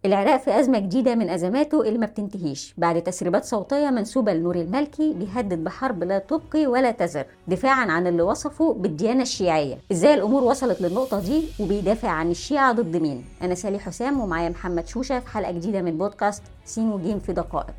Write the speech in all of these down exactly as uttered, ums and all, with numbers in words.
العراق في أزمة جديدة من أزماته اللي ما بتنتهيش بعد تسريبات صوتية منسوبة لنور المالكي بيهدد بحرب لا تبقي ولا تذر دفاعا عن اللي وصفه بالديانة الشيعية. ازاي الأمور وصلت للنقطة دي وبيدافع عن الشيعة ضد مين؟ أنا سالي حسام ومعايا محمد شوشة في حلقة جديدة من بودكاست سين وجيم في دقائق.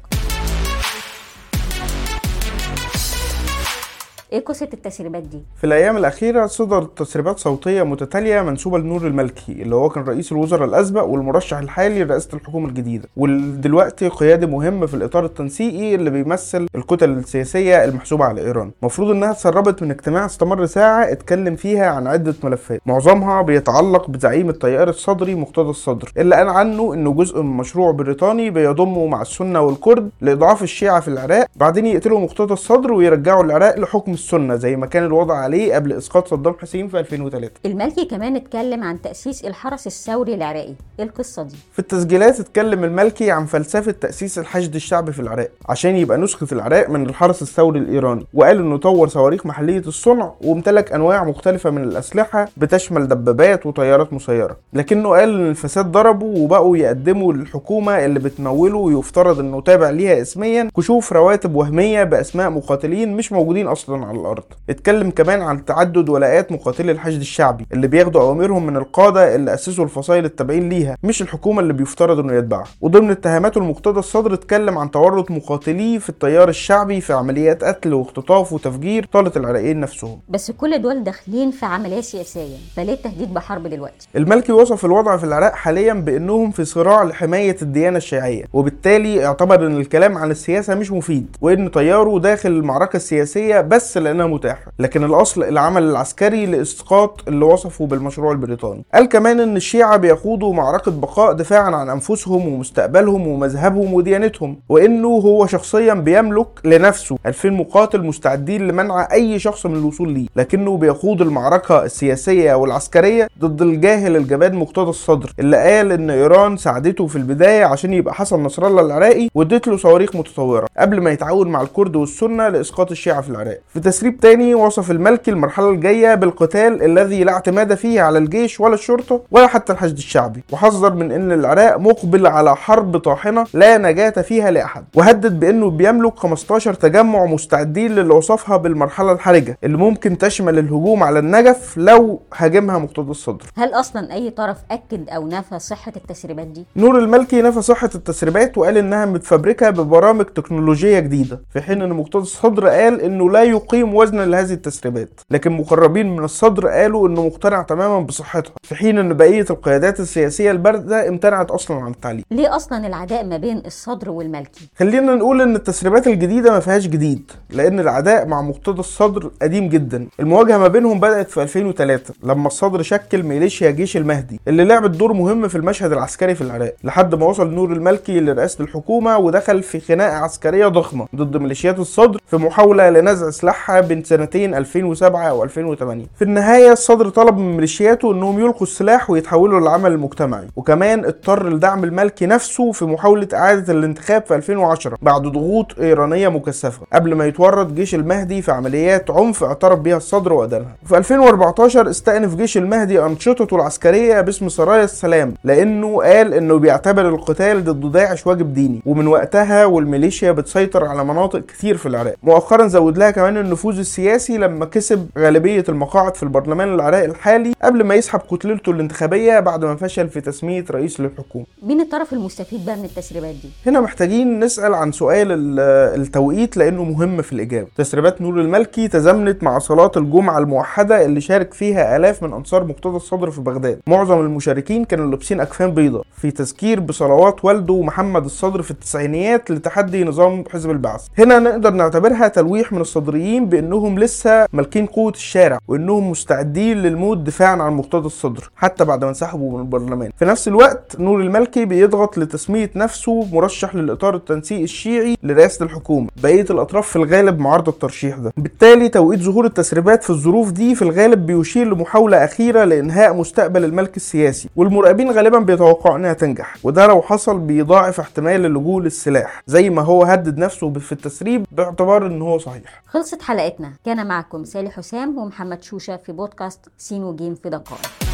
ايه قصة التسريبات دي؟ في الأيام الأخيرة صدرت تسريبات صوتية متتالية منسوبة لنور المالكي اللي هو كان رئيس الوزراء الأسبق والمرشح الحالي لرئاسة الحكومة الجديدة، ودلوقتي قيادي مهم في الإطار التنسيقي اللي بيمثل الكتل السياسية المحسوبة على إيران. المفروض إنها تسربت من اجتماع استمر ساعة اتكلم فيها عن عدة ملفات، معظمها بيتعلق بزعيم التيار الصدري مقتدى الصدر اللي قال عنه إنه جزء من مشروع بريطاني بيضمه مع السنة والكرد لإضعاف الشيعة في العراق، بعدين يقتلوا مقتدى الصدر ويرجعوا العراق لحكم السنة زي ما كان الوضع عليه قبل اسقاط صدام حسين في ألفين وثلاثة. المالكي كمان اتكلم عن تأسيس الحرس الثوري العراقي. ايه القصة دي؟ في التسجيلات اتكلم المالكي عن فلسفة تأسيس الحشد الشعبي في العراق عشان يبقى نسخة العراق من الحرس الثوري الإيراني، وقال انه طور صواريخ محلية الصنع وامتلك انواع مختلفة من الأسلحة بتشمل دبابات وطيارات مسيرة، لكنه قال ان الفساد ضربوا وبقوا يقدموا للحكومة اللي بتموله ويفترض انه تابع ليها اسميا كشوف رواتب وهمية بأسماء مقاتلين مش موجودين اصلا على الأرض. اتكلم كمان عن تعدد ولاءات مقاتلي الحشد الشعبي اللي بياخدوا اوامرهم من القاده اللي اسسوا الفصائل التابعين ليها مش الحكومه اللي بيفترض انه يتبعها. وضمن اتهاماته المقتدى الصدر اتكلم عن تورط مقاتليه في التيار الشعبي في عمليات قتل واختطاف وتفجير طالة العراقيين نفسهم. بس كل دول داخلين في عمليه سياسيه، فليه التهديد بحرب دلوقتي؟ المالكي وصف الوضع في العراق حاليا بانهم في صراع لحمايه الديانه الشيعيه، وبالتالي اعتبر ان الكلام عن السياسه مش مفيد وان تياره داخل المعركه السياسيه بس لانها متاحه، لكن الاصل العمل العسكري لاسقاط اللي وصفه بالمشروع البريطاني. قال كمان ان الشيعة بيخوضوا معركة بقاء دفاعا عن انفسهم ومستقبلهم ومذهبهم وديانتهم، وانه هو شخصيا بيملك لنفسه ألفين مقاتل مستعدين لمنع اي شخص من الوصول ليه، لكنه بيخوض المعركة السياسية والعسكرية ضد الجاهل الجبان مقتدى الصدر اللي قال ان ايران ساعدته في البداية عشان يبقى حسن نصر الله العراقي وادت له صواريخ متطورة قبل ما يتعاون مع الكرد والسنة لاسقاط الشيعة في العراق. في تسريب تاني وصف المالكي المرحلة الجاية بالقتال الذي لا اعتماد فيه على الجيش ولا الشرطة ولا حتى الحشد الشعبي، وحذر من ان العراق مقبل على حرب طاحنة لا نجاة فيها لأحد، وهدد بانه بيملك خمستاشر تجمع مستعدين للي وصفها بالمرحلة الحرجة اللي ممكن تشمل الهجوم على النجف لو هاجمها مقتدى الصدر. هل اصلا اي طرف اكد او نفى صحة التسريبات دي؟ نور المالكي نفى صحة التسريبات وقال انها متفبركة ببرامج تكنولوجية جديدة، في حين ان مقتدى الصدر قال انه لا يقيم وزنا لهذه التسريبات، لكن مقربين من الصدر قالوا انه مقتنع تماما بصحتها، في حين ان بقيه القيادات السياسيه البارده امتنعت اصلا عن التعليق. ليه اصلا العداء ما بين الصدر والمالكي؟ خلينا نقول ان التسريبات الجديده ما فيهاش جديد، لان العداء مع مقتدى الصدر قديم جدا. المواجهه ما بينهم بدات في ألفين وثلاثة لما الصدر شكل ميليشيا جيش المهدي اللي لعبت دور مهم في المشهد العسكري في العراق، لحد ما وصل نور المالكي لرئاسه الحكومه ودخل في خناقه عسكريه ضخمه ضد ميليشيات الصدر في محاوله لنزع سلاحها بين سنتين ألفين وسبعة و ألفين وثمانية. في النهايه الصدر طلب من ميليشياته انهم يلقوا السلاح ويتحولوا للعمل المجتمعي، وكمان اضطر لدعم المالكي نفسه في محاوله اعاده الانتخاب في ألفين وعشرة بعد ضغوط ايرانيه مكثفه قبل ما يتورط جيش المهدي في عمليات عنف اعترف بها الصدر وادانها. في ألفين وأربعتاشر استأنف جيش المهدي انشطته العسكريه باسم سرايا السلام، لانه قال انه بيعتبر القتال ضد داعش واجب ديني، ومن وقتها والميليشيا بتسيطر على مناطق كتير في العراق. مؤخرا زود لها كمان النفوذ السياسي لما كسب غالبيه المقاعد في البرلمان العراقي الحالي قبل ما يسحب كتلته الانتخابيه بعد ما فشل في تسميه رئيس للحكومه. مين الطرف المستفيد بقى من التسريبات دي؟ هنا محتاجين نسال عن سؤال التوقيت لانه مهم في الاجابه. تسريبات نور المالكي تزامنت مع صلاه الجمعه الموحده اللي شارك فيها الاف من انصار مقتدى الصدر في بغداد. معظم المشاركين كانوا لابسين اكفان بيضاء في تذكير بصلوات والده محمد الصدر في التسعينيات لتحدي نظام حزب البعث. هنا نقدر نعتبرها تلويح من الصدريين بانهم لسه مالكين قوه الشارع وانهم مستعدين للموت دفاعا عن مقتدى الصدر حتى بعد ما انسحبوا من البرلمان. في نفس الوقت نور المالكي بيضغط لتسميه نفسه مرشح للاطار التنسيقي الشيعي لرئاسه الحكومه، بقيه الاطراف في الغالب معارضه الترشيح ده. بالتالي توقيت ظهور التسريبات في الظروف دي في الغالب بيشير لمحاوله اخيره لانهاء مستقبل الملك السياسي، والمراقبين غالبا بيتوقعوا انها تنجح، وده لو حصل بيضاعف احتمال اللجوء للسلاح زي ما هو هدد نفسه في التسريب باعتبار ان هو صحيح. خلصت حلقتنا، كان معكم سالي حسام ومحمد شوشة في بودكاست سين وجيم في دقائق.